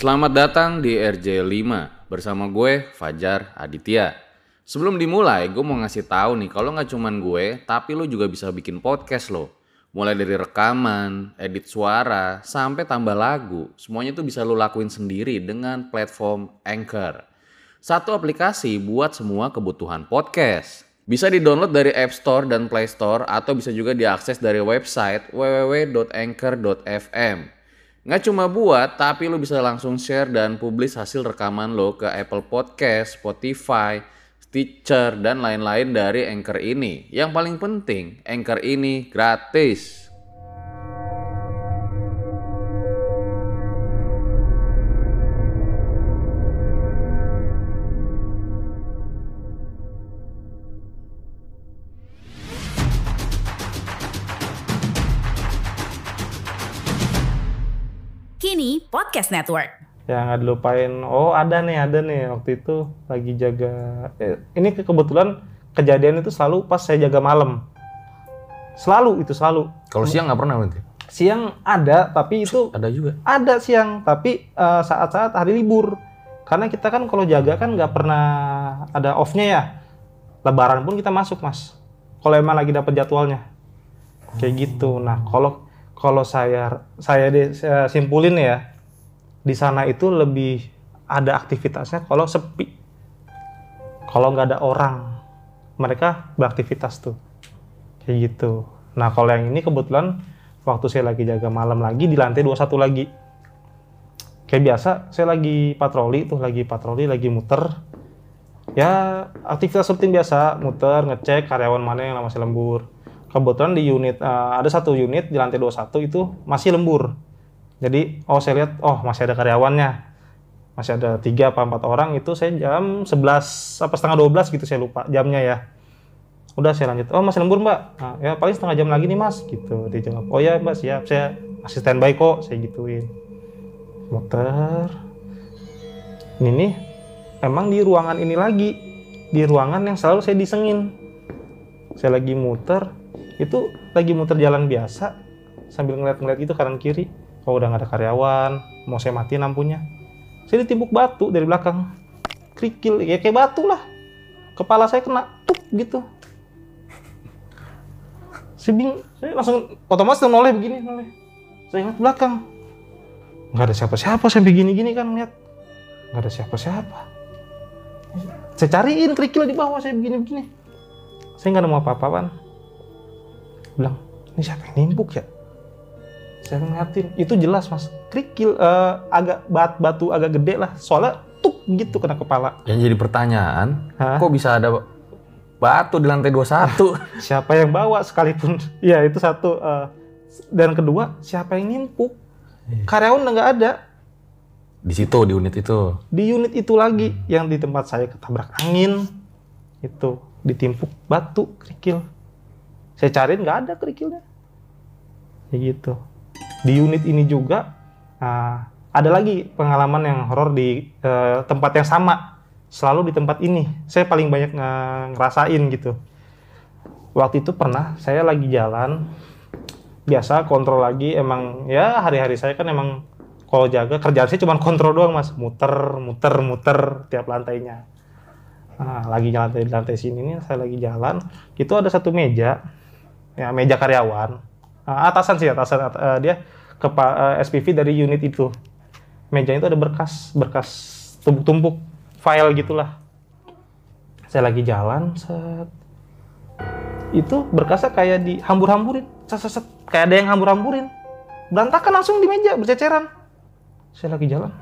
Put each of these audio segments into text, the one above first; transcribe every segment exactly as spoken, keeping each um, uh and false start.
Selamat datang di R J lima bersama gue Fajar Aditya. Sebelum dimulai, gue mau ngasih tahu nih kalau nggak cuman gue, tapi lo juga bisa bikin podcast lo. Mulai dari rekaman, edit suara, sampai tambah lagu, semuanya tuh bisa lo lakuin sendiri dengan platform Anchor. Satu aplikasi buat semua kebutuhan podcast. Bisa di-download dari App Store dan Play Store atau bisa juga diakses dari website w w w dot anchor dot f m. Nggak cuma buat, tapi lo bisa langsung share dan publish hasil rekaman lo ke Apple Podcast, Spotify, Stitcher, dan lain-lain dari Anchor ini. Yang paling penting, Anchor ini gratis. Kini Podcast Network. Yang nggak dilupain, oh ada nih, ada nih waktu itu lagi jaga. Eh, ini kebetulan kejadian itu selalu pas saya jaga malam. Selalu itu selalu. Kalau siang nggak pernah nanti? Siang ada, tapi itu ada juga. Ada siang, tapi uh, saat-saat hari libur. Karena kita kan kalau jaga kan nggak pernah ada off-nya ya. Lebaran pun kita masuk, Mas. Kalau emang lagi dapat jadwalnya. Kayak gitu. Nah, kalau kalau saya saya, de, saya simpulin ya, di sana itu lebih ada aktivitasnya kalau sepi. Kalau nggak ada orang, mereka beraktivitas tuh. Kayak gitu. Nah, kalau yang ini kebetulan waktu saya lagi jaga malam lagi di lantai dua puluh satu lagi. Kayak biasa, saya lagi patroli tuh, lagi patroli, lagi muter. Ya, aktivitas seperti biasa, muter, ngecek karyawan mana yang masih lembur. Kebetulan di unit, uh, ada satu unit di lantai dua puluh satu itu masih lembur. Jadi, oh saya lihat, oh masih ada karyawannya. Masih ada tiga apa empat orang, itu saya jam sebelas, apa setengah dua belas gitu, saya lupa jamnya ya. Udah saya lanjut, oh masih lembur mbak? Nah, ya paling setengah jam lagi nih mas, gitu. Dia jawab, oh ya mbak siap, saya masih standby kok, saya gituin. Muter. Ini nih, emang di ruangan ini lagi. Di ruangan yang selalu saya disengin. Saya lagi muter, itu lagi muter jalan biasa sambil ngeliat-ngeliat gitu kanan kiri. Kalau udah nggak ada karyawan, mau saya matiin lampunya, saya ditimpuk batu dari belakang, kerikil ya kayak batu lah, kepala saya kena tuk gitu. Saya bingung, saya langsung otomatis noleh begini, noleh. Saya ingat belakang, nggak ada siapa-siapa, saya begini-gini kan lihat, nggak ada siapa-siapa. Saya cariin kerikil di bawah, saya begini-begini, saya nggak nemu apa-apaan. Bilang, ini siapa yang nimpuk ya? Saya ngeliatin, itu jelas mas, kerikil, uh, agak bat, batu agak gede lah, soalnya tuk gitu kena kepala. Yang jadi pertanyaan, Hah? kok bisa ada batu di lantai dua puluh satu? Siapa yang bawa sekalipun, ya itu satu. Uh, dan kedua, siapa yang nimpuk? Karyawan udah nggak ada. Di situ, di unit itu? Di unit itu lagi, hmm. yang di tempat saya ketabrak angin, itu ditimpuk batu, kerikil. Saya cariin nggak ada kerikilnya, kayak gitu. Di unit ini juga uh, ada lagi pengalaman yang horor di uh, tempat yang sama, selalu di tempat ini. Saya paling banyak ng- ngerasain gitu. Waktu itu pernah saya lagi jalan, biasa kontrol lagi. Emang ya hari-hari saya kan emang kalau jaga kerjaan saya cuma kontrol doang mas, muter, muter, muter tiap lantainya. Nah, lagi jalan di lantai sini nih, saya lagi jalan, itu ada satu meja. Ya, meja karyawan, uh, atasan sih, atasan uh, dia ke uh, S P V dari unit itu. Meja itu ada berkas, berkas tumpuk-tumpuk file gitulah. Saya lagi jalan, set. Itu berkasnya kayak dihambur-hamburin, set, set, set, kayak ada yang hambur-hamburin. Berantakan langsung di meja, berceceran. Saya lagi jalan.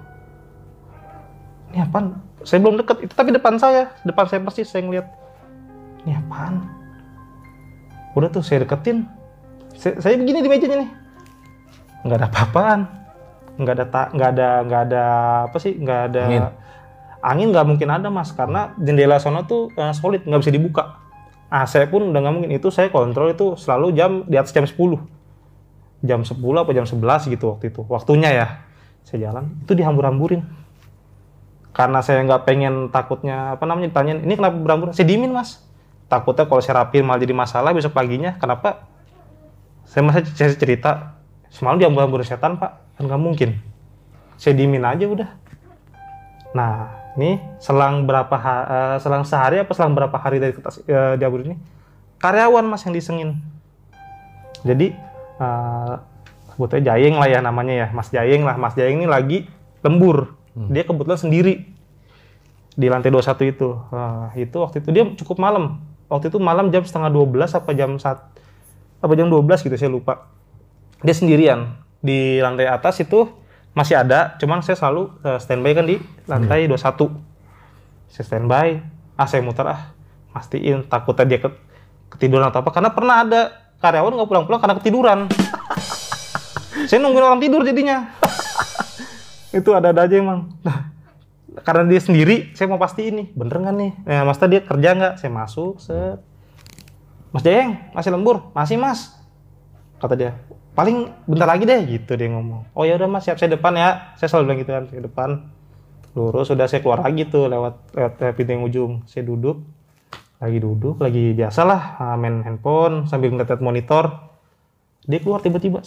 Ini apaan? Saya belum deket, itu tapi depan saya, depan saya persis saya ngeliat. Ini apaan? Udah tuh saya deketin, saya, saya begini di mejanya nih, nggak ada apa-apaan, nggak ada ta, nggak ada nggak ada apa sih, nggak ada angin, angin nggak mungkin ada mas, karena jendela sono tuh uh, solid, nggak bisa dibuka. A C pun udah nggak mungkin, itu saya kontrol itu selalu jam di atas jam sepuluh, jam sepuluh apa jam sebelas gitu waktu itu, waktunya ya. Saya jalan, itu dihambur-hamburin. Karena saya nggak pengen takutnya apa namanya ditanyain, ini kenapa berhamburan? Saya diemin mas. Takutnya kalau saya rapiin malah jadi masalah besok paginya. Kenapa? Saya masa saya cerita, semalam dia hambur-hamburin setan pak, kan nggak mungkin. saya diemin aja udah. Nah, ini selang berapa ha- uh, selang sehari apa selang berapa hari dari kertas uh, diabur ini, karyawan mas yang disengin. Jadi uh, sebutnya Jayeng lah ya namanya ya, Mas Jayeng lah. Mas Jayeng ini lagi lembur. Hmm. Dia kebetulan sendiri di lantai dua puluh satu itu. Uh, itu waktu itu dia cukup malam. Waktu itu malam jam setengah dua belas apa jam satu apa jam dua belas gitu, saya lupa. Dia sendirian di lantai atas itu. Masih ada, cuman saya selalu uh, standby kan di lantai hmm. dua puluh satu. Saya standby, ah saya muter ah, mastiin takutnya dia ke- ketiduran atau apa. Karena pernah ada karyawan nggak pulang-pulang karena ketiduran. Saya nungguin orang tidur jadinya. Itu ada-ada aja emang. Nah, karena dia sendiri, saya mau pasti ini bener nggak nih? Nah, mas tadi dia kerja nggak? Saya masuk, set. Mas Jayeng, masih lembur? Masih mas. Kata dia. Paling bentar lagi deh gitu dia ngomong. Oh ya udah mas, siap saya depan ya. Saya selalu bilang gitu kan, saya depan. Lurus sudah saya keluar lagi tuh lewat lewat pintu yang ujung. Saya duduk. Lagi duduk, lagi biasalah main handphone sambil ngeliat monitor. Dia keluar tiba-tiba.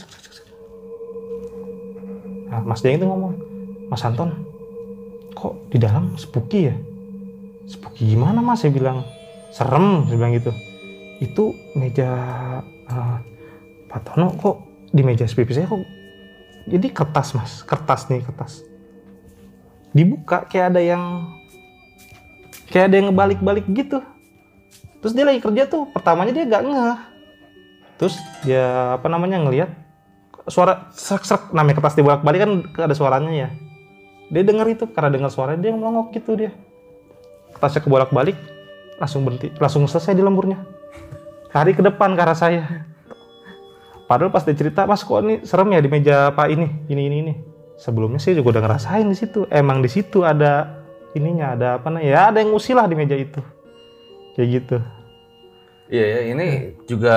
Nah, Mas Jayeng itu ngomong, "Mas Anton, kok di dalam spooky ya?" "Spooky gimana mas?" Saya bilang. "Serem," saya bilang gitu. "Itu meja uh, Pak Tono kok di meja S P P saya kok jadi kertas mas, kertas nih kertas dibuka kayak ada yang kayak ada yang ngebalik-balik gitu. Terus dia lagi kerja tuh, pertamanya dia gak ngeh, terus dia apa namanya ngelihat suara serak-serak, namanya kertas dibolak-balik kan ada suaranya ya. Dia denger itu, karena dengar suaranya dia melongok gitu dia. Kertasnya kebolak-balik, langsung berhenti, langsung selesai di lemburnya. Lari ke depan ke arah saya. Padahal pas dia cerita, "Mas kok ini serem ya di meja Pak ini, ini ini ini." Sebelumnya saya juga udah ngerasain di situ. Emang di situ ada ininya, ada apa namanya? Ya ada yang ngusir lah di meja itu. Kayak gitu. Iya ya, ini juga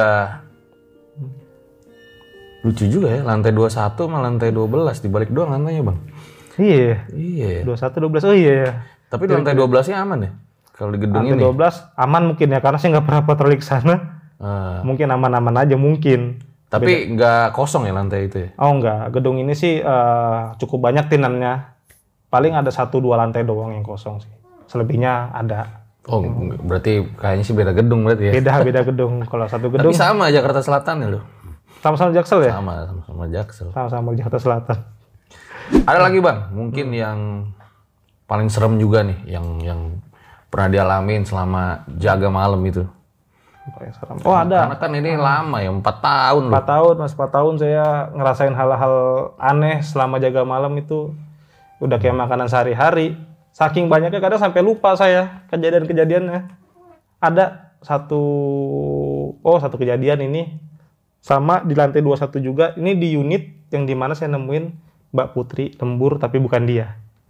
lucu juga ya, lantai dua puluh satu sama lantai dua belas dibalik doang lantainya, Bang. Iya. Iya. dua puluh satu, dua belas. Oh iya. Tapi di lantai dua belasnya aman ya? Kalau di gedung lantai ini. dua belas aman mungkin ya, karena saya nggak pernah patroli ke sana. Ah. Mungkin aman-aman aja mungkin. Tapi nggak kosong ya lantai itu ya? Oh enggak, gedung ini sih uh, cukup banyak tinannya. Paling ada satu dua lantai doang yang kosong sih. Selebihnya ada. Oh, yang... berarti kayaknya sih beda gedung berarti ya? Beda, beda gedung. Kalau satu gedung. Tapi sama Jakarta Selatan ya lo? Sama-sama Jaksel ya? Sama, sama-sama Jaksel. Sama-sama Jakarta Selatan. Ada lagi Bang, mungkin hmm. yang paling serem juga nih, yang yang pernah dialamin selama jaga malam itu. Oh ada. Karena kan ini hmm. lama ya, empat tahun. Empat tahun, mas empat tahun saya ngerasain hal-hal aneh selama jaga malam itu. Udah kayak makanan sehari-hari. Saking banyaknya kadang sampai lupa saya kejadian-kejadiannya. Ada satu, oh satu kejadian ini sama di lantai dua puluh satu juga. Ini di unit yang dimana saya nemuin Mbak Putri lembur tapi bukan dia.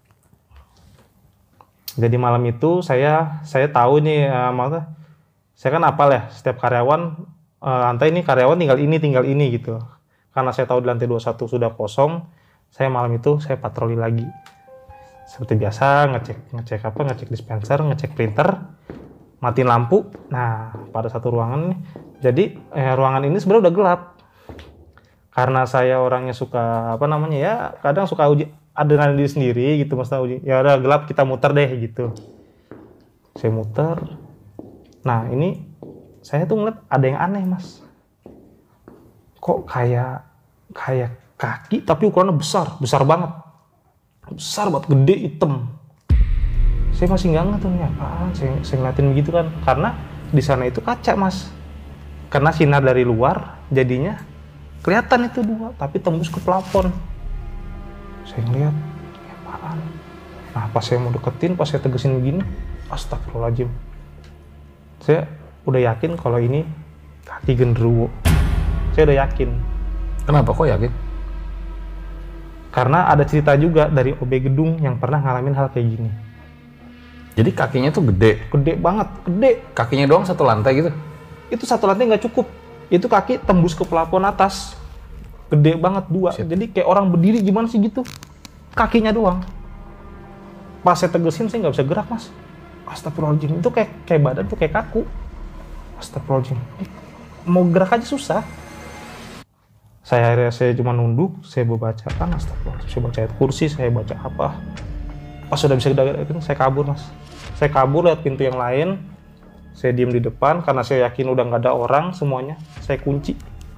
Jadi malam itu saya saya tahu nih uh, maksudnya. Saya kan apal ya, setiap karyawan, uh, lantai ini karyawan tinggal ini, tinggal ini gitu. Karena saya tahu di lantai dua puluh satu sudah kosong, saya malam itu saya patroli lagi. Seperti biasa, ngecek ngecek apa, ngecek dispenser, ngecek printer, matiin lampu. Nah, pada satu ruangan nih, jadi eh, ruangan ini sebenarnya udah gelap. Karena saya orangnya suka, apa namanya ya, kadang suka uji adrenalin diri sendiri gitu, maksudnya uji, ya udah gelap kita muter deh gitu. Saya muter. Nah ini saya tuh ngeliat ada yang aneh mas. Kok kayak kayak kaki tapi ukurannya besar, besar banget, besar banget, gede, hitam. Saya masih nggak ngerti tuh nih apaan. Saya, saya ngeliatin begitu kan, karena di sana itu kaca mas. Karena sinar dari luar, jadinya kelihatan itu dua, tapi tembus ke plafon. Saya ngeliat, ini apaan? Nah pas saya mau deketin, pas saya tegesin begini, astagfirullahaladzim. Saya udah yakin kalau ini kaki genderuwo. Saya udah yakin. Kenapa kok yakin? Karena ada cerita juga dari O B gedung yang pernah ngalamin hal kayak gini. Jadi kakinya tuh gede? Gede banget, gede. Kakinya doang satu lantai gitu? Itu satu lantai nggak cukup. Itu kaki tembus ke plafon atas. Gede banget dua. Shit. Jadi kayak orang berdiri gimana sih gitu. Kakinya doang. Pas saya tegesin saya nggak bisa gerak mas. Astagfirullahaladzim, itu kayak, kayak badan tuh kayak kaku. Astagfirullahaladzim, mau gerak aja susah. Saya akhirnya saya cuma nunduk, saya baca kan astagfirullah, saya baca ayat kursi, saya baca apa. Pas sudah bisa gerak-gerak, saya kabur mas. Saya kabur lewat pintu yang lain. Saya diem di depan karena saya yakin udah nggak ada orang semuanya. Saya kunci.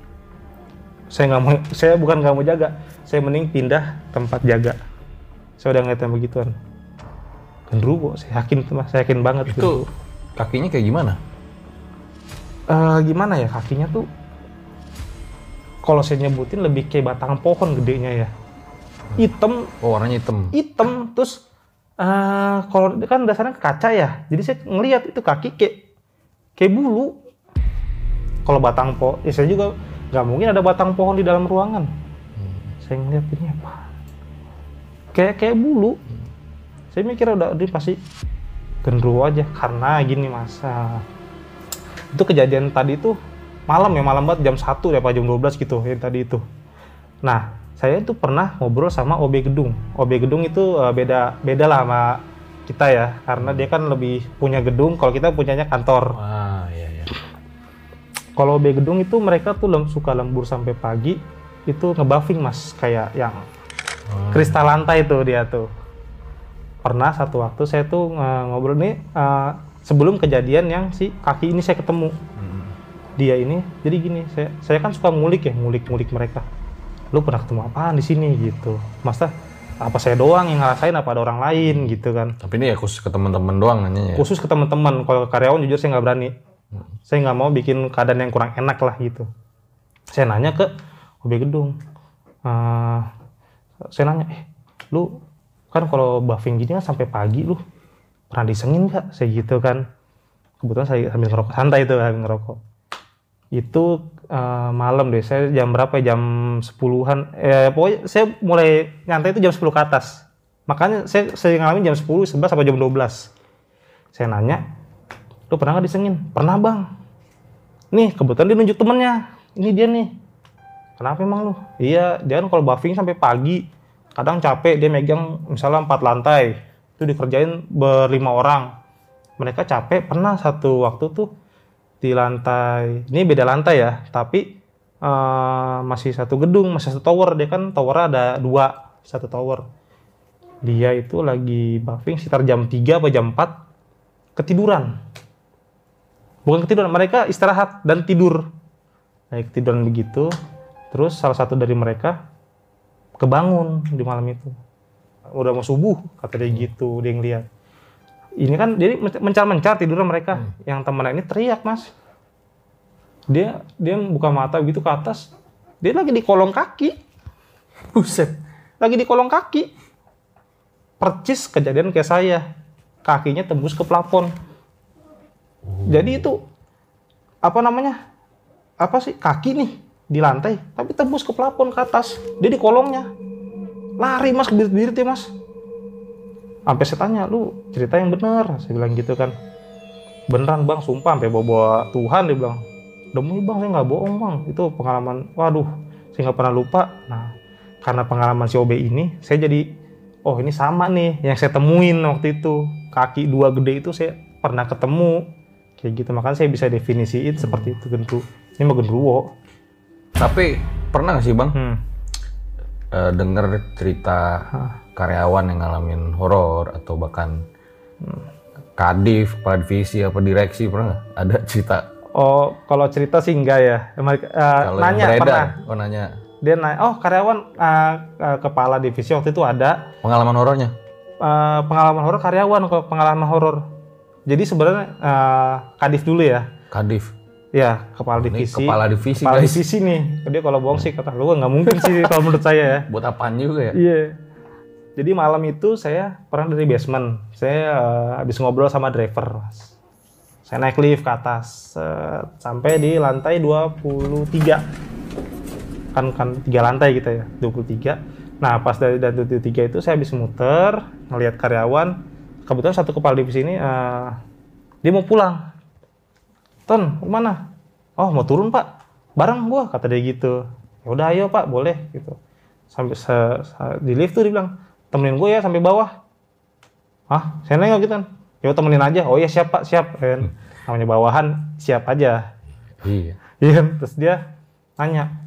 Saya nggak mau, saya bukan nggak mau jaga. Saya mending pindah tempat jaga. Saya udah ngeliatin begituan. Genderuwo, saya yakin itu mas, saya yakin banget. Itu genderuwo. Kakinya kayak gimana? Uh, gimana ya kakinya tuh? Kalau saya nyebutin lebih kayak batang pohon gedenya ya. Hitam. Oh warnanya hitam. Hitam. Terus uh, kalau kan dasarnya kaca ya. Jadi saya ngelihat itu kaki kayak kayak bulu. Kalau batang pohon, ya saya juga nggak mungkin ada batang pohon di dalam ruangan. Hmm. Saya ngeliat ini apa? Kayak kayak bulu. Hmm. Saya mikir udah ini pasti genderuwo aja karena gini masa. Itu kejadian tadi tuh malam ya, malam banget jam satu ya, apa jam dua belas gitu yang tadi itu. Nah, saya itu pernah ngobrol sama O B Gedung. O B Gedung itu uh, beda beda lah sama kita ya, karena dia kan lebih punya gedung, kalau kita punyanya kantor. Ah, iya iya. Kalau O B Gedung itu mereka tuh lem, suka lembur sampai pagi, itu ngebuffing mas, kayak yang hmm. kristal lantai tuh dia tuh. Pernah satu waktu saya tuh uh, ngobrol nih uh, sebelum kejadian yang si kaki ini saya ketemu. Dia ini, jadi gini, saya saya kan suka ngulik ya, ngulik-ngulik mereka. Lu pernah ketemu apaan di sini gitu? Masa apa saya doang yang ngerasain, apa ada orang lain gitu kan? Tapi ini ya khusus ke teman-teman doang nanya ya? Khusus ke teman-teman, kalau ke karyawan jujur saya nggak berani. Hmm. Saya nggak mau bikin keadaan yang kurang enak lah gitu. Saya nanya ke O B Gedung. Uh, saya nanya, eh lu kan kalau buffing gini kan sampai pagi lu pernah disengin nggak? Saya gitu kan. Kebetulan saya sambil ngerokok, santai itu sambil ngerokok. Itu uh, malam deh, saya jam berapa ya, jam sepuluhan, eh, pokoknya saya mulai nyantai itu jam sepuluh ke atas. Makanya saya sering ngalamin jam sepuluh, sebelas, sampai jam dua belas. Saya nanya, lu pernah nggak disengin? Pernah bang. Nih, kebetulan dia nunjuk temennya. Ini dia nih. Kenapa emang lu? Iya, dia kan kalau buffing sampai pagi. Kadang capek, dia megang misalnya empat lantai. Itu dikerjain berlima orang. Mereka capek, pernah satu waktu tuh di lantai, ini beda lantai ya, tapi uh, masih satu gedung, masih satu tower. Dia kan tower ada dua, satu tower. Dia itu lagi buffing sekitar jam tiga atau jam empat, ketiduran. Bukan ketiduran, mereka istirahat dan tidur. Nah, ketiduran begitu, terus salah satu dari mereka kebangun di malam itu. Udah mau subuh, kata dia gitu, dia ngeliat. Ini kan jadi mencar-mencar tidur mereka. Hmm. Yang temennya ini teriak mas. Dia dia buka mata begitu ke atas. Dia lagi di kolong kaki. Buset. Lagi di kolong kaki. Percis kejadian kayak saya. Kakinya tembus ke plafon. Hmm. Jadi itu apa namanya? Apa sih kaki nih di lantai, tapi tembus ke plafon ke atas. Dia di kolongnya. Lari mas, kebirit-birit ya mas. Sampai saya tanya, lu cerita yang bener. Saya bilang gitu kan. Beneran bang, sumpah sampai bawa Tuhan dia bilang. Demi bang, saya nggak bohong bang. Itu pengalaman, waduh, saya nggak pernah lupa. Nah, karena pengalaman si O B ini, saya jadi, oh ini sama nih yang saya temuin waktu itu. Kaki dua gede itu saya pernah ketemu. Kayak gitu, makanya saya bisa definisiin hmm. seperti itu genderuwo. Ini mah genderuwo. Tapi pernah nggak sih bang hmm. uh, denger cerita Hah? karyawan yang ngalamin horor atau bahkan hmm. kadif, kepala divisi apa direksi, pernah nggak ada cerita? Oh, kalau cerita sih enggak ya. Uh, nanya pernah. Oh nanya. Dia nanya, oh karyawan uh, uh, kepala divisi waktu itu ada. Pengalaman horornya? Uh, pengalaman horor karyawan, pengalaman horor. Jadi sebenarnya uh, kadif dulu ya. Kadif. Ya, kepala divisi. Ini kepala divisi. Kepala guys. divisi nih. Dia kalau bohong sih kata lu nggak mungkin sih kalau menurut saya ya. Buat apaan juga ya? Iya. Yeah. Jadi malam itu saya pernah dari basement. Saya uh, habis ngobrol sama driver. Saya naik lift ke atas uh, sampai di lantai dua puluh tiga. Kan kan tiga lantai gitu ya, dua puluh tiga. Nah, pas dari dua puluh tiga itu saya habis muter, ngelihat karyawan. Kebetulan satu kepala divisi ini uh, dia mau pulang. Ton, mana? Oh, mau turun, Pak. Bareng gua, kata dia gitu. Ya udah ayo, Pak, boleh gitu. Sampai se, se, di lift tuh dia bilang, "Temenin gue ya sampai bawah." Hah? Saya nengok gitu kan. Ya temenin aja. Oh iya siap Pak, siap. Kan. Namanya bawahan, siap aja. Iya. Iya. Terus dia nanya,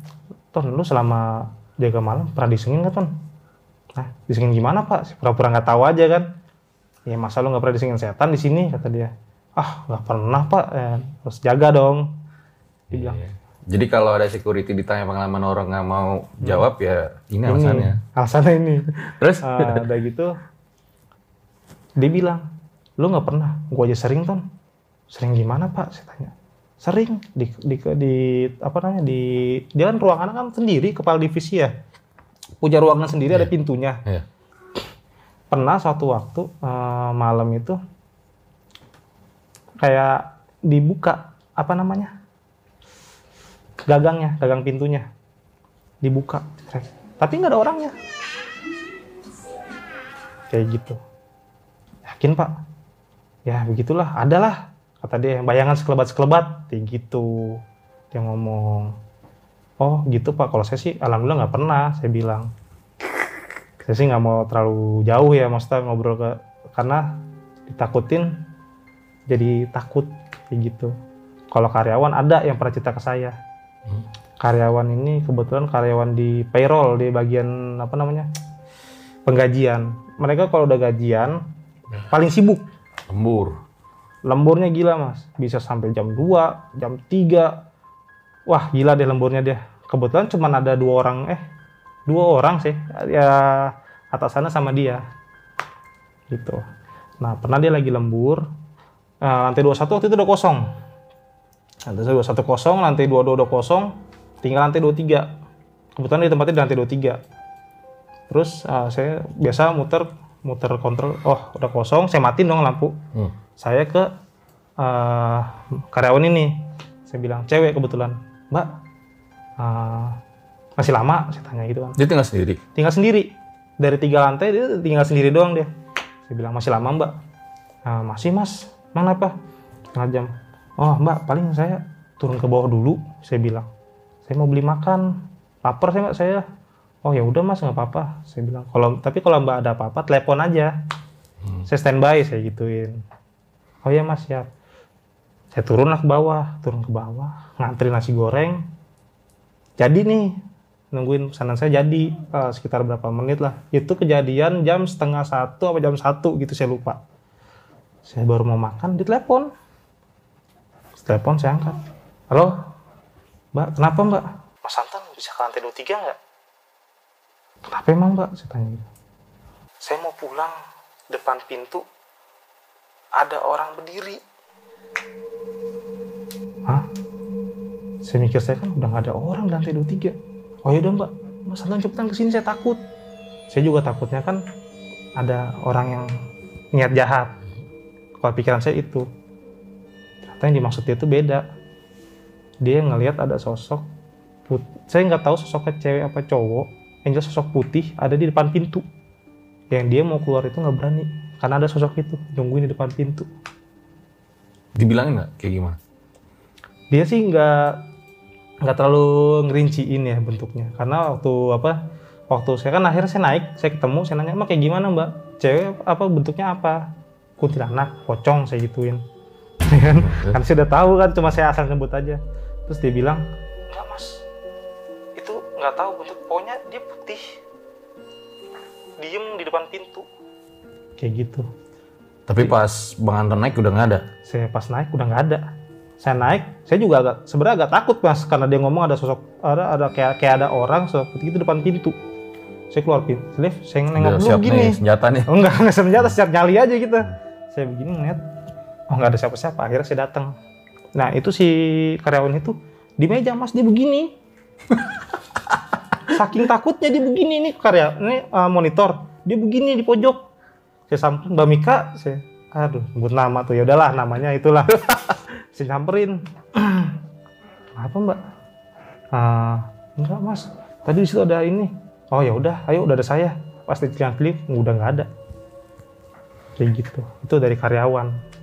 Ton, lu selama jaga malam pernah disengin nggak, Ton? Nah, disengin gimana, Pak? Pura-pura nggak tahu aja kan. Ya masa lu nggak pernah disengin setan di sini, kata dia. Ah, nggak pernah, Pak. Ya, terus jaga dong. Dia bilang. Iya. Jadi kalau ada security ditanya pengalaman orang nggak mau jawab, hmm. ya ini alasannya. Ini, alasannya ini. Terus? Uh, udah gitu, dia bilang, lu nggak pernah? Gua aja sering, Ton. Sering gimana, Pak? Saya tanya. Sering di, di, di apa namanya di dia kan ruangannya kan sendiri, kepala divisi ya, punya ruangan sendiri, yeah. Ada pintunya. Yeah. Pernah suatu waktu uh, malam itu kayak dibuka apa namanya gagangnya, gagang pintunya dibuka, tapi nggak ada orangnya, kayak gitu. Yakin, Pak? Ya begitulah, adalah. Kata dia, bayangan sekelebat-sekelebat, kayak gitu. Dia ngomong, oh gitu Pak, kalau saya sih alhamdulillah nggak pernah, saya bilang. Saya sih nggak mau terlalu jauh ya, maksudnya ngobrol ke, karena ditakutin, jadi takut, kayak gitu. Kalau karyawan ada yang pernah cerita ke saya. Hmm. Karyawan ini kebetulan karyawan di payroll, di bagian apa namanya, penggajian. Mereka kalau udah gajian, paling sibuk. Lembur. Lemburnya gila, Mas. Bisa sampai jam dua, jam tiga. Wah, gila deh lemburnya dia. Kebetulan cuma ada dua orang, eh, dua orang sih. Ya, atasannya sama dia. Gitu. Nah, pernah dia lagi lembur. Uh, lantai dua puluh satu waktu itu udah kosong. Lantai dua puluh satu kosong, lantai dua puluh dua udah kosong. Tinggal lantai dua puluh tiga. Kebetulan di tempatnya di lantai dua puluh tiga. Terus uh, saya biasa muter, muter kontrol. Oh, udah kosong. Saya matiin dong lampu. Hmm. Saya ke uh, karyawan ini, saya bilang cewek kebetulan, Mbak, uh, masih lama? Saya tanya gitu kan. Dia tinggal sendiri? Tinggal sendiri, dari tiga lantai dia tinggal sendiri doang dia. Saya bilang masih lama, Mbak? Uh, masih, Mas. Mana apa? Setengah jam. Oh Mbak, paling saya turun ke bawah dulu, saya bilang. Saya mau beli makan, lapar saya Mbak saya. Oh ya udah Mas, nggak apa-apa, saya bilang. Kalau tapi kalau Mbak ada apa-apa, telepon aja. Hmm. Saya standby, saya gituin. Oh iya Mas, siap. Saya turunlah ke bawah, turun ke bawah, ngantri nasi goreng. Jadi nih, nungguin pesanan saya jadi uh, sekitar berapa menit lah. Itu kejadian jam setengah satu apa jam satu gitu, saya lupa. Saya baru mau makan, ditelepon. Telepon saya angkat. Halo, Mbak, kenapa Mbak? Mas Santan bisa ke lantai dua puluh tiga nggak? Kenapa emang Mbak? Saya tanya gitu. Saya mau pulang, depan pintu ada orang berdiri. Hah? Saya mikir saya kan udah nggak ada orang di lantai dua puluh tiga. Oh yaudah Mbak, Mas Santan cepetan kesini, saya takut. Saya juga takutnya kan ada orang yang niat jahat. Kalau pikiran saya itu. Ternyata yang dimaksud dia itu beda. Dia ngelihat ada sosok put- saya nggak tahu sosoknya cewek apa cowok, yang jelas sosok putih ada di depan pintu. Yang dia mau keluar itu nggak berani karena ada sosok itu nungguin di depan pintu. Dibilangin nggak kayak gimana? Dia sih nggak nggak terlalu ngerinciin ya bentuknya, karena waktu apa waktu saya kan akhirnya saya naik, saya ketemu, saya nanya, "Mbak kayak gimana Mbak? Cewek apa bentuknya apa?" Kuntilanak, pocong, saya gituin. Kan, kan saya udah tahu kan, cuma saya asal nyebut aja. Terus dia bilang, "Enggak Mas, itu nggak tahu bentuk, pokoknya dia putih, diem di depan pintu." Kayak gitu. Tapi pas Bang Anton naik udah nggak ada? Saya pas naik udah nggak ada. Saya naik, saya juga agak sebenarnya agak takut Mas, karena dia ngomong ada sosok, ada ada kayak kayak ada orang sosok putih itu depan pintu. Saya keluar pintu, saya nengok dulu gini. Nih, senjata nih. Oh, enggak, enggak senjata, siap nyali aja gitu. Saya begini ngeliat, oh nggak ada siapa-siapa. Akhirnya saya datang. Nah itu si karyawan itu di meja Mas, dia begini. Saking takutnya dia begini nih karya, ini uh, monitor, dia begini di pojok. Saya samperin Mbak Mika, saya, aduh, sebut nama tuh, ya udahlah namanya itulah. Saya samperin, apa Mbak? Uh, enggak Mas, tadi di situ ada ini. Oh ya udah, ayo udah ada saya. Pas ditilang klip, udah nggak ada. Kayak gitu. Itu dari karyawan.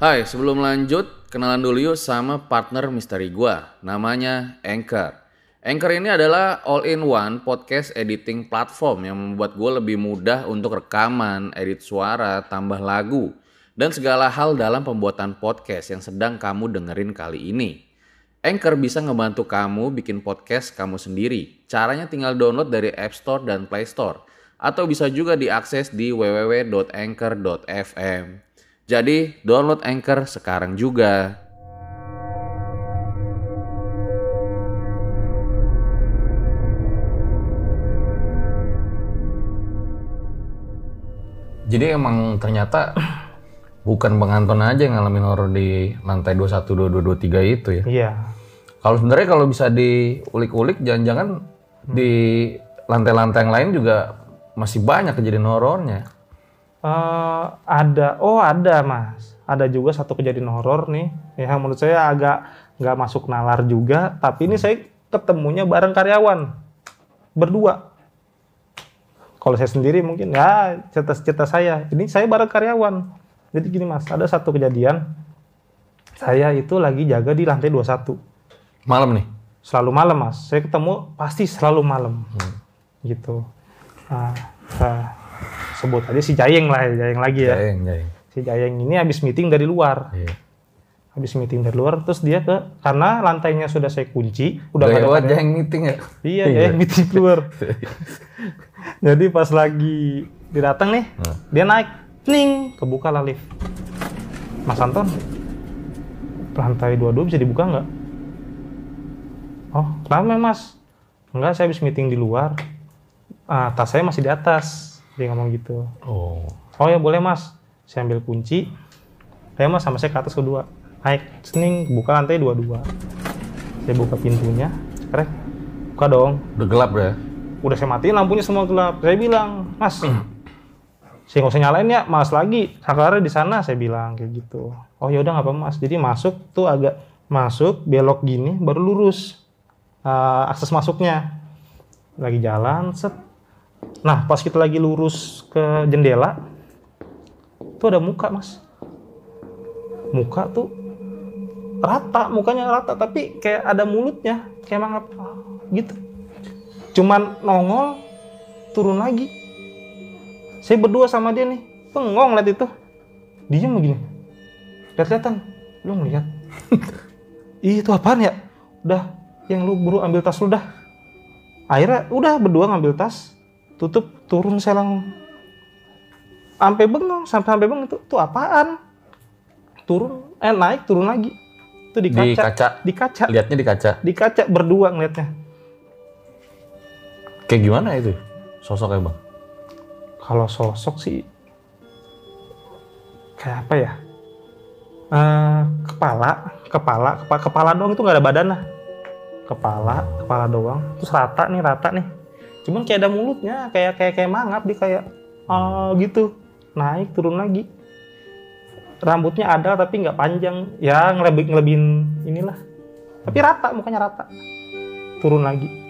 Hai, sebelum lanjut, kenalan dulu yuk sama partner misteri gua, namanya Anchor. Anchor ini adalah all-in-one podcast editing platform yang membuat gue lebih mudah untuk rekaman, edit suara, tambah lagu, dan segala hal dalam pembuatan podcast yang sedang kamu dengerin kali ini. Anchor bisa ngebantu kamu bikin podcast kamu sendiri. Caranya tinggal download dari App Store dan Play Store, atau bisa juga diakses di w w w dot anchor dot f m. Jadi, download Anchor sekarang juga. Jadi emang ternyata bukan Bang Anton aja yang ngalamin horor di lantai dua puluh satu, dua puluh dua, dua puluh tiga itu ya? Iya. Kalau sebenarnya kalau bisa diulik-ulik, jangan-jangan hmm. di lantai-lantai yang lain juga masih banyak kejadian horornya. Uh, ada, oh ada mas. Ada juga satu kejadian horor nih. Ya menurut saya agak nggak masuk nalar juga. Tapi ini saya ketemunya bareng karyawan. Berdua. Kalau saya sendiri mungkin ya cerita-cerita saya. Ini saya bareng karyawan. Jadi gini mas, ada satu kejadian. Saya itu lagi jaga di lantai dua puluh satu. Malam nih? Selalu malam mas. Saya ketemu pasti selalu malam. Hmm. Gitu. Nah, nah, sebut aja si Jayeng lah, Jayeng lagi ya. Jayeng, Jayeng. Si Jayeng ini habis meeting dari luar. Iya. Habis meeting dari luar, terus dia ke, karena lantainya sudah saya kunci. Udah gak ada Jayeng meeting ya? Iya, Jayeng meeting keluar. Jadi pas lagi dia datang nih, hmm. dia naik, ning, kebuka lah lift. Mas Anton, lantai dua puluh dua bisa dibuka nggak? Oh, kenapa mas? Enggak, saya habis meeting di luar. Ah, tas saya masih di atas. Dia ngomong gitu. Oh. Oh ya boleh mas. Saya ambil kunci. Saya mas sama saya ke atas kedua. Naik, ning, buka lantai dua puluh dua. Saya buka pintunya. Krek, buka dong. Udah gelap ya? Udah saya matiin lampunya semua gelap. Saya bilang, mas, saya nggak usah nyalain ya, mas lagi. Sakarnya di sana, saya bilang kayak gitu. Oh ya udah nggak apa mas. Jadi masuk tuh agak masuk belok gini, baru lurus uh, akses masuknya. Lagi jalan, set. Nah pas kita lagi lurus ke jendela, tuh ada muka mas. Muka tuh rata, mukanya rata, tapi kayak ada mulutnya, kayak mangap gitu. Cuman nongol, turun lagi. Saya berdua sama dia nih, bengong liat itu. Diem begini. Lihat-lihatan, lu ngeliat. Ih itu apaan ya? Udah, yang lu buru ambil tas lu dah. Akhirnya udah berdua ngambil tas, tutup, turun saya langsung. Sampai bengong, sampai sampai bengong itu, tuh apaan? Turun, eh naik, turun lagi. Itu di kaca. Di kaca? Di kaca. Lihatnya di kaca? Di kaca, berdua ngeliatnya. Kayak gimana itu sosoknya bang? Kalau sosok sih kayak apa ya? Uh, kepala, kepala, kepala, kepala doang itu nggak ada badan lah. Kepala, kepala doang. Terus rata nih, rata nih. Cuman kayak ada mulutnya, kayak kayak kayak mangap, dia kayak uh, gitu, naik turun lagi. Rambutnya ada tapi nggak panjang, ya ngelebih ngelebihin inilah. Tapi rata, mukanya rata. Turun lagi.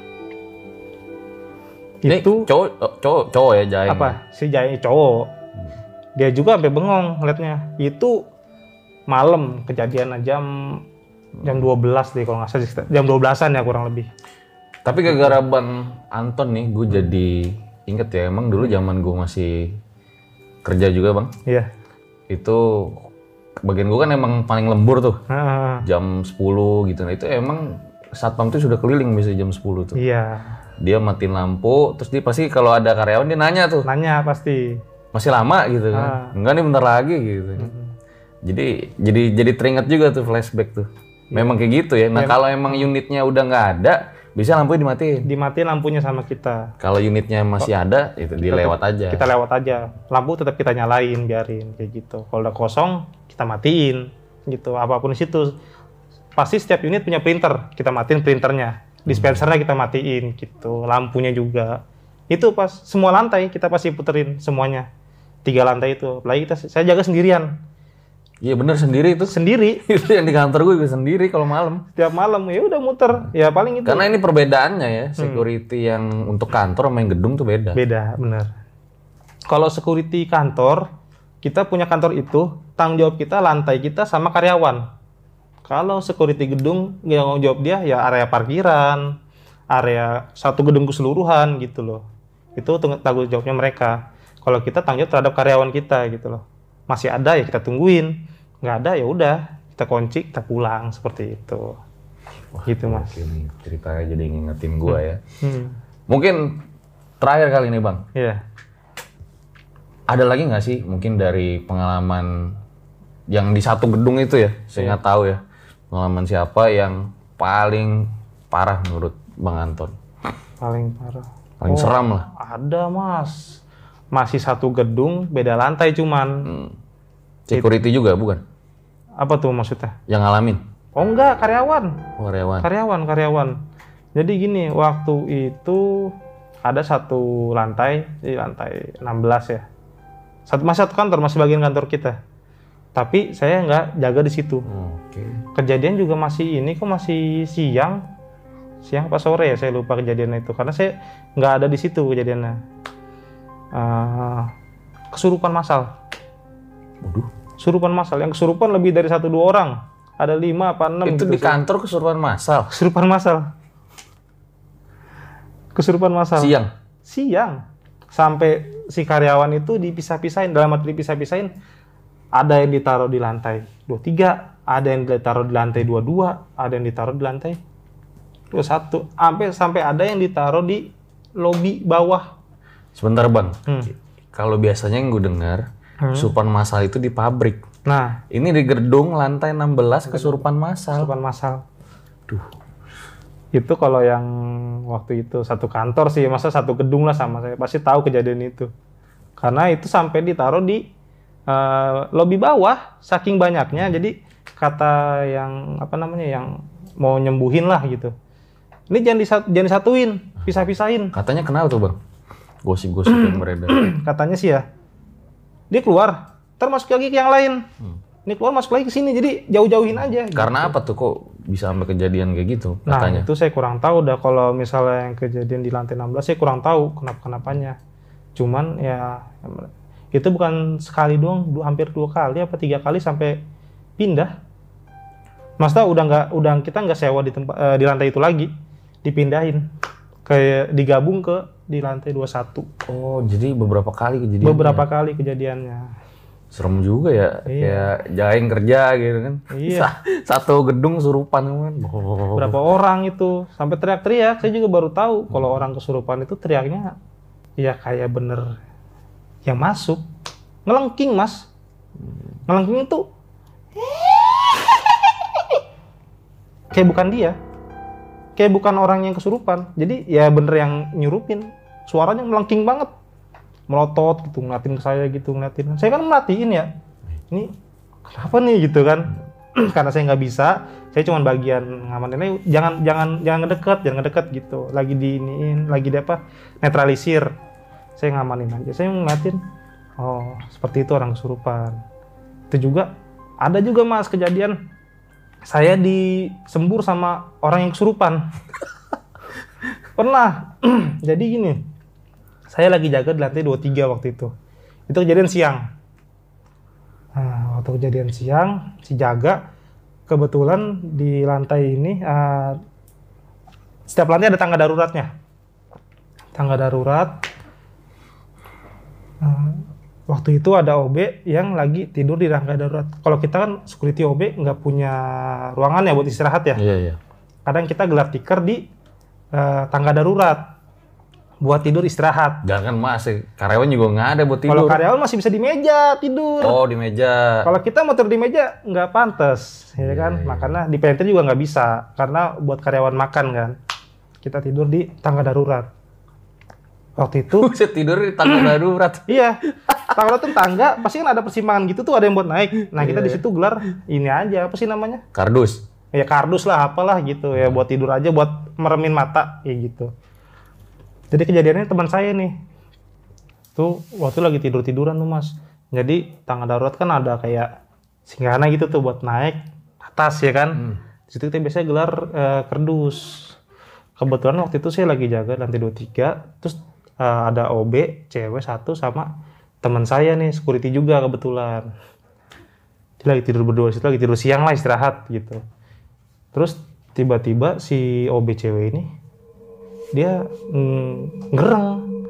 Ini itu cowok cowok cowok ya Jayeng. Apa? Si Jayeng cowok. Dia juga sampai bengong ngeliatnya. Itu malam kejadian jam jam dua belas deh kalau nggak salah, jam dua belasan ya kurang lebih. Tapi gara-gara Bang Anton nih, gue jadi inget ya, emang dulu zaman gue masih kerja juga bang. Iya. Itu bagian gue kan emang paling lembur tuh. Ah. Jam sepuluh gitu. Nah itu emang satpam tuh sudah keliling biasanya jam sepuluh tuh. Iya. Dia matiin lampu, terus dia pasti kalau ada karyawan dia nanya tuh. Nanya pasti. Masih lama gitu kan? Ah. Enggak nih bentar lagi gitu. Mm-hmm. Jadi jadi jadi teringat juga tuh flashback tuh. Yeah. Memang kayak gitu ya. Nah yeah. Kalau emang unitnya udah nggak ada, bisa lampunya dimatiin. Dimatiin lampunya sama kita. Kalau unitnya masih oh, ada, itu dilewat aja. Kita lewat aja. Lampu tetap kita nyalain, biarin kayak gitu. Kalau udah kosong, kita matiin gitu. Apapun di situ. Pasti setiap unit punya printer, kita matiin printernya. Dispensernya kita matiin gitu, lampunya juga. Itu pas semua lantai kita pasti puterin semuanya. Tiga lantai itu. Apalagi kita saya jaga sendirian. Iya bener sendiri itu. Sendiri. Itu yang di kantor gue juga sendiri kalau malam. Tiap malam ya udah muter. Ya paling itu. Karena ini perbedaannya ya, security hmm. yang untuk kantor sama yang gedung tuh beda. Beda, bener. Kalau security kantor, kita punya kantor itu, tanggung jawab kita lantai kita sama karyawan. Kalau security gedung, yang jawab dia ya area parkiran, area satu gedung keseluruhan gitu loh. Itu tanggung jawabnya mereka. Kalau kita tanggung jawab terhadap karyawan kita gitu loh. Masih ada ya kita tungguin, nggak ada ya udah kita kunci, kita pulang seperti itu. Wah, gitu mas. Ini ceritanya jadi ngingetin gua hmm. ya. Hmm. Mungkin terakhir kali ini bang. Iya. Yeah. Ada lagi nggak sih mungkin dari pengalaman yang di satu gedung itu ya? Saya nggak yeah. tahu ya. Pengalaman siapa yang paling parah menurut Bang Anton? Paling parah. Paling oh, seram lah. Ada mas. Masih satu gedung, beda lantai cuman. Hmm. Security It, juga bukan? Apa tuh maksudnya? Yang ngalamin? Oh enggak, karyawan. Oh, karyawan. Karyawan, karyawan. Jadi gini, waktu itu ada satu lantai, di lantai enam belas ya. Satu, masih satu kantor, masih bagian kantor kita. Tapi saya nggak jaga di situ. Oh, Oke. Okay. Kejadian juga masih ini kok masih siang. Siang apa sore ya, saya lupa kejadiannya itu. Karena saya nggak ada di situ kejadiannya. Uh, kesurupan massal. Waduh. Kesurupan massal. Yang kesurupan lebih dari satu dua orang. Ada lima apa enam itu gitu. Di kantor kesurupan massal? Kesurupan massal. Kesurupan massal. Siang? Siang. Sampai si karyawan itu dipisah-pisahin. Dalam arti dipisah-pisahin, ada yang ditaruh di lantai dua puluh tiga, ada yang ditaruh di lantai dua puluh dua, ada yang ditaruh di lantai dua puluh satu. Sampai, sampai ada yang ditaruh di lobi bawah. Sebentar bang, hmm. kalau biasanya yang gue dengar, hmm. kesurupan massal itu di pabrik. Nah, ini di gedung lantai enam belas kesurupan massal. Kesurupan massal. Duh. Itu kalau yang waktu itu satu kantor sih, masa satu gedung lah sama saya. Pasti tahu kejadian itu. Karena itu sampai ditaruh di uh, lobi bawah, saking banyaknya. Jadi kata yang apa namanya yang mau nyembuhin lah gitu. Ini jangan disat, jangan disatuin, pisah-pisahin. Katanya kenapa tuh bang? Gosip-gosip yang beredar. Katanya sih ya, dia keluar, ntar masuk lagi ke yang lain. Hmm. Ini keluar masuk lagi ke sini, jadi jauh-jauhin aja. Karena gitu. Apa tuh kok bisa sampai kejadian kayak gitu? Katanya. Nah itu saya kurang tahu dah. Kalau misalnya yang kejadian di lantai enam belas, saya kurang tahu kenapa-kenapanya. Cuman ya itu bukan sekali doang, dua, hampir dua kali apa tiga kali sampai pindah. Maksudnya udah nggak, udah kita nggak sewa di tempat uh, di lantai itu lagi, dipindahin, kayak digabung ke di lantai dua puluh satu. Oh, jadi beberapa kali kejadiannya. Beberapa kali kejadiannya. Serem juga ya, iya. Kayak jaring kerja gitu kan. Iya. Satu gedung kesurupan kan. Oh. Berapa orang itu sampai teriak-teriak. Saya juga baru tahu hmm. kalau orang kesurupan itu teriaknya ya kayak bener yang masuk. Ngelengking, Mas. Hmm. Ngelengking itu kayak bukan dia. Kayak bukan orang yang kesurupan. Jadi ya bener yang nyurupin. Suaranya melengking banget. Melotot gitu, ngeliatin ke saya gitu, ngeliatin. Saya kan merhatiin ya. Ini kenapa nih gitu kan. Karena saya nggak bisa. Saya cuma bagian ngamaninnya. Jangan jangan jangan ngedeket, jangan ngedeket gitu. Lagi diiniin, lagi di apa? Netralisir. Saya ngamanin aja. Saya ngeliatin. Oh, seperti itu orang kesurupan. Itu juga ada juga Mas kejadian. Saya disembur sama orang yang kesurupan. Pernah. Jadi gini. Saya lagi jaga di lantai dua puluh tiga waktu itu. Itu kejadian siang. Nah, waktu kejadian siang, si jaga kebetulan di lantai ini uh, setiap lantai ada tangga daruratnya. Tangga darurat. Uh, waktu itu ada O B yang lagi tidur di tangga darurat. Kalau kita kan security O B nggak punya ruangan ya buat istirahat ya. Iya, iya. Kadang kita gelar tikar di uh, tangga darurat. Buat tidur istirahat. Jangan kan masih karyawan juga nggak ada buat tidur. Kalau karyawan masih bisa di meja tidur. Oh di meja. Kalau kita mau tidur di meja nggak pantas, ya yeah, kan? Yeah. Makanya di pantry juga nggak bisa karena buat karyawan makan kan. Kita tidur di tangga darurat. Waktu itu. Bisa tidur di tangga darurat. Iya. Tangga darurat tangga pasti kan ada persimpangan gitu tuh ada yang buat naik. Nah kita yeah. di situ gelar ini aja apa sih namanya? Kardus. Ya kardus lah apalah gitu ya buat tidur aja buat meremin mata ya gitu. Jadi kejadiannya teman saya nih, tuh waktu lagi tidur-tiduran tuh Mas. Jadi tangga darurat kan ada kayak singgahana gitu tuh buat naik atas ya kan. Hmm. Di situ kita biasanya gelar uh, kardus. Kebetulan waktu itu saya lagi jaga lantai dua puluh tiga, terus uh, ada O B, cewek satu sama teman saya nih security juga kebetulan. Dia lagi tidur berdua situ, lagi tidur siang lah istirahat gitu. Terus tiba-tiba si O B cewek ini dia mm, ngereng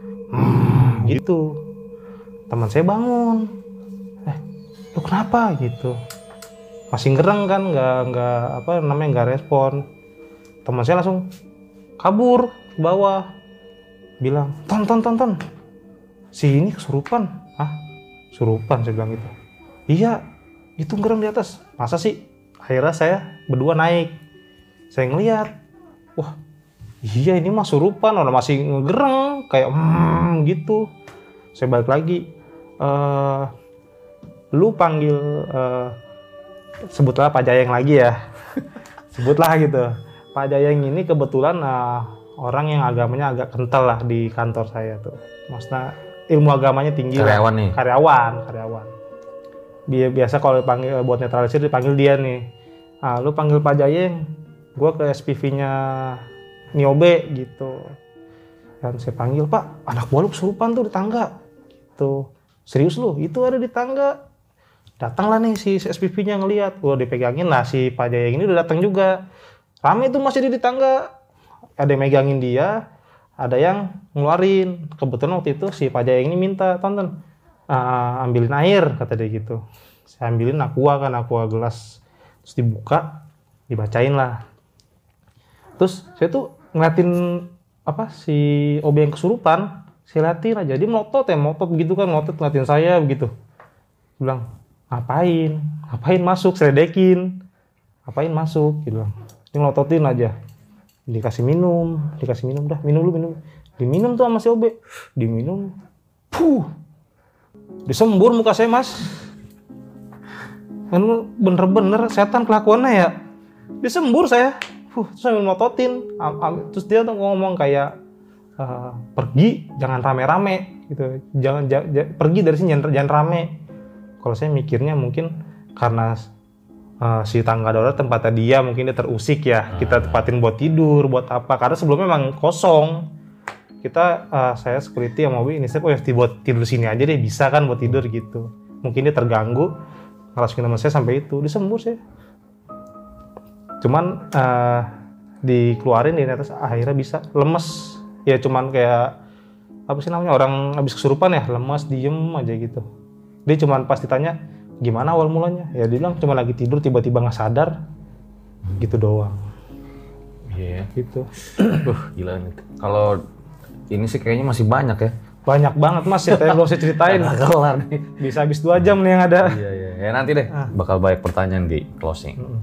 mm, gitu. Teman saya bangun, eh lu kenapa gitu, masih ngereng kan, nggak nggak apa namanya nggak respon. Teman saya langsung kabur ke bawah, bilang ton ton ton ton si ini kesurupan. Hah, kesurupan? Saya bilang gitu. Iya, itu ngerem di atas. Masa sih? Akhirnya saya berdua naik. Saya ngeliat, wah iya ini mah surupan, orang masih ngegereng kayak hmm gitu. Saya balik lagi, uh, lu panggil uh, sebutlah Pak Jayeng lagi ya. Sebutlah gitu. Pak Jayeng ini kebetulan uh, orang yang agamanya agak kental lah di kantor saya tuh. Maksudnya ilmu agamanya tinggi. Karyawan lah. nih? Karyawan, karyawan. Biasa kalau dipanggil buat netralisir dipanggil dia nih. Ah, lu panggil Pak Jayeng, gue ke S P V-nya Niobe gitu. Dan saya panggil, Pak, anak buah lu kesurupan tuh di tangga. Gitu. Serius lu? Itu ada di tangga. Datanglah nih si S P V-nya ngelihat. Gua dipegangin lah si Pak Jayeng ini udah datang juga. Rame itu masih di tangga. Ada yang megangin dia, ada yang ngeluarin. Kebetulan waktu itu si Pak Jayeng ini minta, tonton, uh, ambilin air, kata dia gitu. Saya ambilin aqua kan, aqua gelas. Terus dibuka, dibacain lah. Terus saya tuh ngeliatin apa si O B yang kesurupan, saya liatin aja. Dia melotot ya, melotot begitu kan, melotot ngeliatin saya begitu. Bilang, ngapain? Ngapain masuk? Saya ledekin. Ngapain masuk? Gitu. Dia melototin aja. Dikasih minum, dikasih minum, dah minum lu minum. Diminum tuh sama si O B, diminum, puh, disembur muka saya mas. Kan bener-bener setan kelakuannya ya, disembur saya, puh, terus sambil melototin, terus dia tuh ngomong kayak uh, pergi, jangan rame-rame, gitu, jangan j- j- pergi dari sini jangan, jangan rame. Kalau saya mikirnya mungkin karena Uh, si tangga darurat tempatnya dia mungkin dia terusik ya, kita tempatin buat tidur, buat apa, karena sebelumnya memang kosong. Kita, uh, saya security yang mau ini, saya oh ya buat tidur sini aja deh, bisa kan buat tidur gitu. Mungkin dia terganggu, ngerasukin teman saya sampai itu, disembur saya. Cuman uh, dikeluarin di atas, akhirnya bisa, lemes. Ya cuman kayak, apa sih namanya, orang habis kesurupan ya, lemes, diem aja gitu. Dia cuman pas ditanya, gimana awal mulanya? Ya dia bilang cuma lagi tidur tiba-tiba nggak sadar, gitu doang. Iya. Yeah. Gitu. Uh, gila nih. Kalau ini sih kayaknya masih banyak ya. Banyak banget mas, ya belum saya ceritain. Kelar nih. Bisa habis dua jam nih yang ada. Iya iya. Ya nanti deh, ah. bakal banyak pertanyaan di closing. Mm-mm.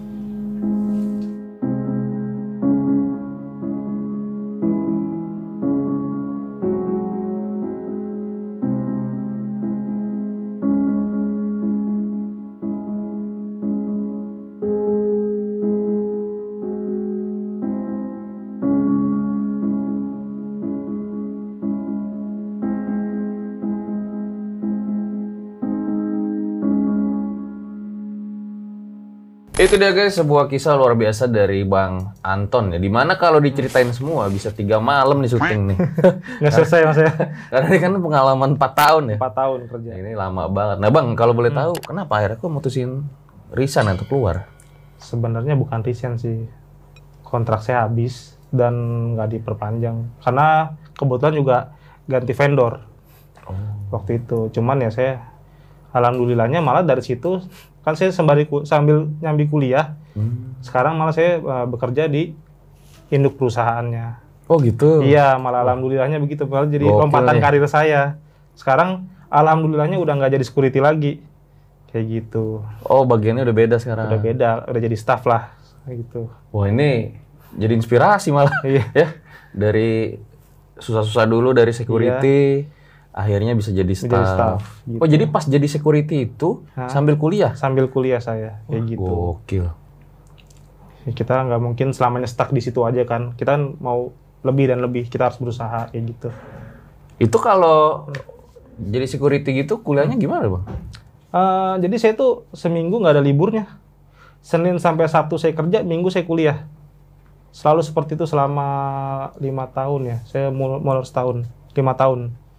Itu dia guys, sebuah kisah luar biasa dari Bang Anton ya. Dimana kalau diceritain semua bisa tiga malam nih syuting nih. Nggak selesai mas ya. Karena ini kan pengalaman empat tahun ya. empat tahun kerja. Ini lama banget. Nah Bang, kalau boleh hmm. tahu kenapa akhirnya kok mutusin resign atau keluar? Sebenarnya bukan resign sih. Kontrak saya habis dan nggak diperpanjang. Karena kebetulan juga ganti vendor. Oh. Waktu itu. Cuman ya saya, alhamdulillahnya malah dari situ, kan saya sembari sambil nyambi kuliah, hmm. sekarang malah saya uh, bekerja di induk perusahaannya. Oh gitu? Iya, malah alhamdulillahnya begitu. Malah jadi Gokil lompatan ya. Karir saya. Sekarang alhamdulillahnya udah nggak jadi security lagi. Kayak gitu. Oh bagiannya udah beda sekarang? Udah beda, udah jadi staff lah. Kayak gitu. Wah ini jadi inspirasi malah. Iya. Ya, dari susah-susah dulu, dari security. Iya. Akhirnya bisa jadi staff. Jadi staff gitu. Oh jadi pas jadi security itu Hah? sambil kuliah? Sambil kuliah saya, kayak oh, gitu. Gokil. Ya, kita nggak mungkin selamanya stuck di situ aja kan. Kita mau lebih dan lebih, kita harus berusaha kayak gitu. Itu kalau jadi security gitu kuliahnya gimana Bang? Uh, jadi saya tuh seminggu nggak ada liburnya. Senin sampai Sabtu saya kerja, Minggu saya kuliah. Selalu seperti itu selama lima tahun ya. Saya mulai setahun, lima tahun.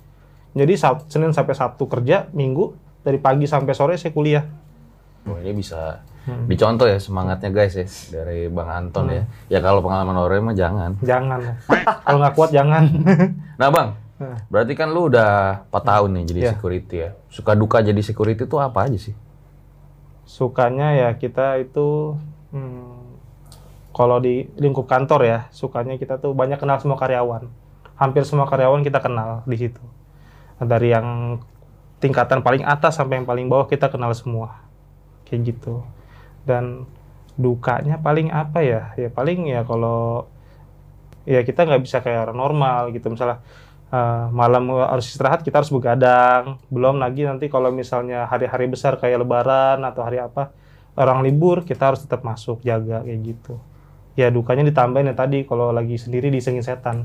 Jadi Sab- Senin sampai Sabtu kerja, Minggu dari pagi sampai sore saya kuliah. Oh, ini bisa hmm. dicontoh ya semangatnya guys ya dari Bang Anton hmm. ya. Ya kalau pengalaman orang mah jangan. Jangan. Kalau nggak kuat jangan. Nah Bang, berarti kan lu udah empat tahun nih jadi yeah. security ya. Suka duka jadi security itu apa aja sih? Sukanya ya kita itu, hmm, kalau di lingkup kantor ya, sukanya kita tuh banyak kenal semua karyawan. Hampir semua karyawan kita kenal di situ. Dari yang tingkatan paling atas sampai yang paling bawah kita kenal semua. Kayak gitu. Dan dukanya paling apa ya? Ya paling ya kalau ya kita nggak bisa kayak orang normal gitu. Misalnya uh, malam harus istirahat, kita harus begadang. Belum lagi nanti kalau misalnya hari-hari besar kayak Lebaran atau hari apa, orang libur, kita harus tetap masuk, jaga kayak gitu. Ya dukanya ditambahin ya tadi, kalau lagi sendiri disengin setan.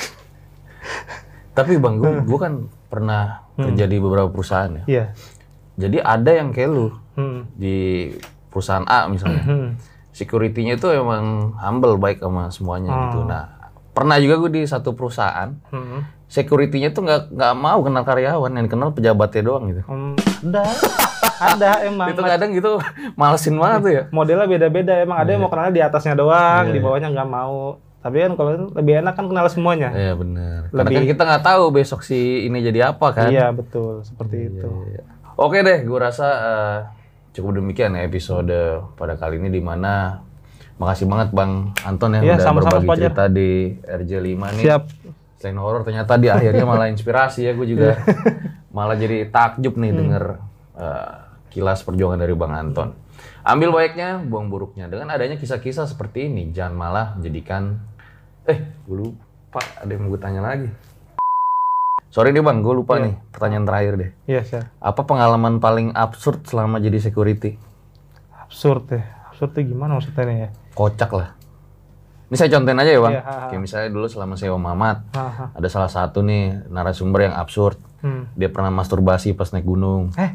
Tapi Bang, gue hmm. kan pernah hmm. kerja di beberapa perusahaan ya. Iya. Jadi ada yang kayak lu hmm. di perusahaan A misalnya. Hmm. Security-nya itu emang humble, baik sama semuanya hmm. gitu. Nah, pernah juga gue di satu perusahaan, hmm. security-nya tuh nggak nggak mau kenal karyawan, yang dikenal pejabatnya doang gitu. Hmm. Ada, ada emang. Itu kadang gitu malesin banget tuh ya. Modelnya beda-beda, emang ada yang mau kenalnya di atasnya doang, yeah. di bawahnya nggak mau. Tapi kan kalau lebih enak kan kenal semuanya. Iya benar. Lebih... Karena kan kita nggak tahu besok si ini jadi apa kan. Iya betul, seperti iya, itu. Iya. Oke deh, gue rasa uh, cukup demikian ya episode pada kali ini, di mana makasih banget Bang Anton ya, iya, udah sama-sama berbagi cerita di R J lima nih. Siap. Selain horor ternyata di akhirnya malah inspirasi ya, gue juga malah jadi takjub nih hmm. denger uh, kilas perjuangan dari Bang Anton. Ambil baiknya, buang buruknya. Dengan adanya kisah-kisah seperti ini, jangan malah menjadikan... Eh, gue lupa. Ada yang mau gue tanya lagi. Sorry nih Bang, gue lupa yeah. nih. Pertanyaan terakhir deh. Iya, yeah, sure. Apa pengalaman paling absurd selama jadi security? Absurd ya? Absurd tuh gimana maksudnya nih ya? Kocak lah. Ini saya contohin aja ya Bang. Yeah, ha, ha. Kayak misalnya dulu selama saya Om Mamat, ha, ha. ada salah satu nih narasumber yang absurd. Hmm. Dia pernah masturbasi pas naik gunung. Eh?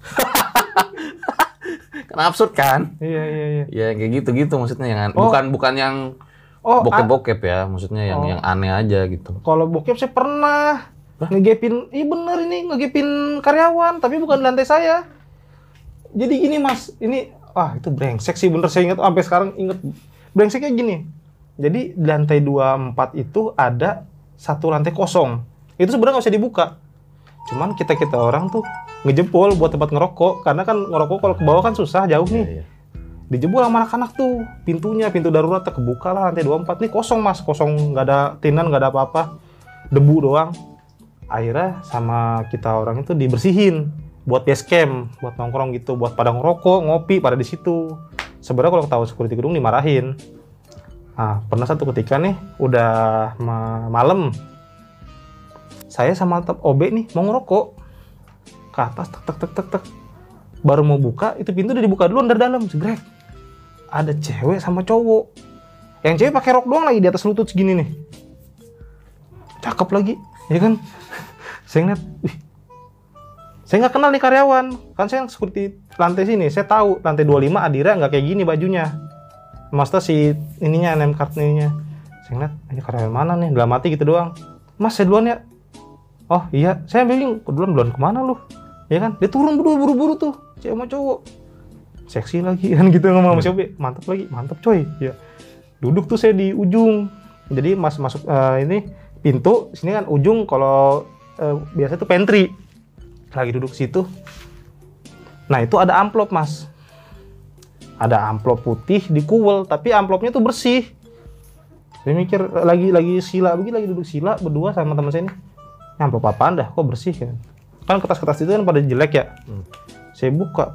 Kan absurd kan? Iya iya iya. Ya kayak gitu-gitu maksudnya, yang oh. bukan bukan yang oh, bokep-bokep ya, maksudnya yang oh. yang aneh aja gitu. Kalau bokep saya pernah Hah? ngegepin, iya bener ini ngegepin karyawan, tapi bukan di lantai saya. Jadi gini Mas, ini wah itu brengsek sih bener, saya ingat sampai sekarang inget brengseknya gini. Jadi di lantai dua puluh empat itu ada satu lantai kosong. Itu sebenarnya nggak usah dibuka. Cuman kita-kita orang tuh ngejebol buat tempat ngerokok, karena kan ngerokok kalau ke bawah kan susah, jauh nih. Iya, iya. Dijebol sama anak-anak tuh, pintunya, pintu darurat kebuka lah, lantai dua puluh empat. Nih kosong Mas, kosong, nggak ada tinan, nggak ada apa-apa, debu doang. Akhirnya sama kita orang itu dibersihin, buat base camp, buat nongkrong gitu, buat pada ngerokok, ngopi pada di situ. Sebenarnya kalau ketahuan security gedung dimarahin. Nah, pernah satu ketika nih, udah ma- malam, saya sama O B nih mau ngerokok. Ke atas, tek, tek, tek, tek, tek. Baru mau buka, itu pintu udah dibuka duluan dari dalam, segrek. Ada cewek sama cowok. Yang cewek pakai rok doang lagi di atas lutut segini nih. Cakep lagi, ya kan? Saya ngeliat, wih. Saya nggak kenal nih karyawan. Kan saya seperti lantai sini, saya tahu lantai dua puluh lima Adira nggak kayak gini bajunya. Maksudnya si ininya, name card ininya. Saya ngeliat, ini karyawan mana nih? Dalam hati gitu doang. Mas, saya duluan ya. Oh iya, saya bingung, duluan duluan kemana lu? Ya kan, dia turun buru-buru tuh, cewek sama cowok. Seksi lagi kan gitu ngomong sama si O B. Mantap lagi, mantap coy. Ya. Duduk tuh saya di ujung. Jadi mas masuk uh, ini pintu, sini kan ujung kalau uh, biasa tuh pantry. Lagi duduk situ. Nah, itu ada amplop, Mas. Ada amplop putih di kuwel, tapi amplopnya tuh bersih. Saya mikir lagi lagi sila begini, lagi duduk sila berdua sama teman saya ini. Amplop apaan dah, kok bersih kan? Kan kertas-kertas itu kan pada jelek ya. Hmm. Saya buka.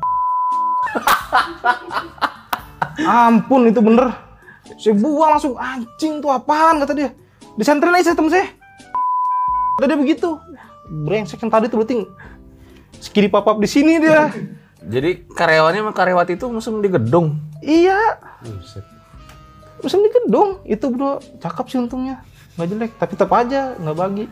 Ampun, itu bener. Saya buang langsung, anjing tuh apaan kata dia. Disenterin aja temen saya. Kata dia begitu. Brengsek yang tadi tuh berarti sekiri papap di sini dia. Jadi karyawannya sama karyawati itu musim di gedung. Iya. Musim di gedung. Itu bro, cakep sih untungnya. Nggak jelek, tapi tetap aja nggak bagi.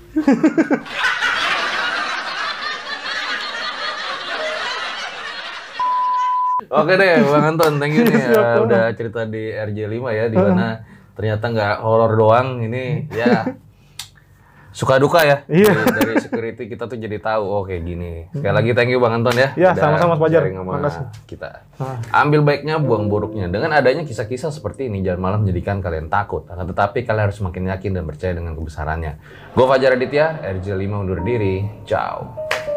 Oke deh, Bang Anton, thank you nih ya, udah cerita di R J lima ya, di mana ternyata nggak horor doang, ini ya suka duka ya. Iya. Dari, dari security kita tuh jadi tahu oh kayak gini. Sekali lagi thank you Bang Anton ya. Iya, udah sama-sama Mas Fajar. sharing sama Makasih. kita. Ah. Ambil baiknya, buang buruknya. Dengan adanya kisah-kisah seperti ini jangan malah menjadikan kalian takut. Akan tetapi kalian harus semakin yakin dan percaya dengan kebesarannya. Gue Fajar Aditya, R J lima undur diri. Ciao.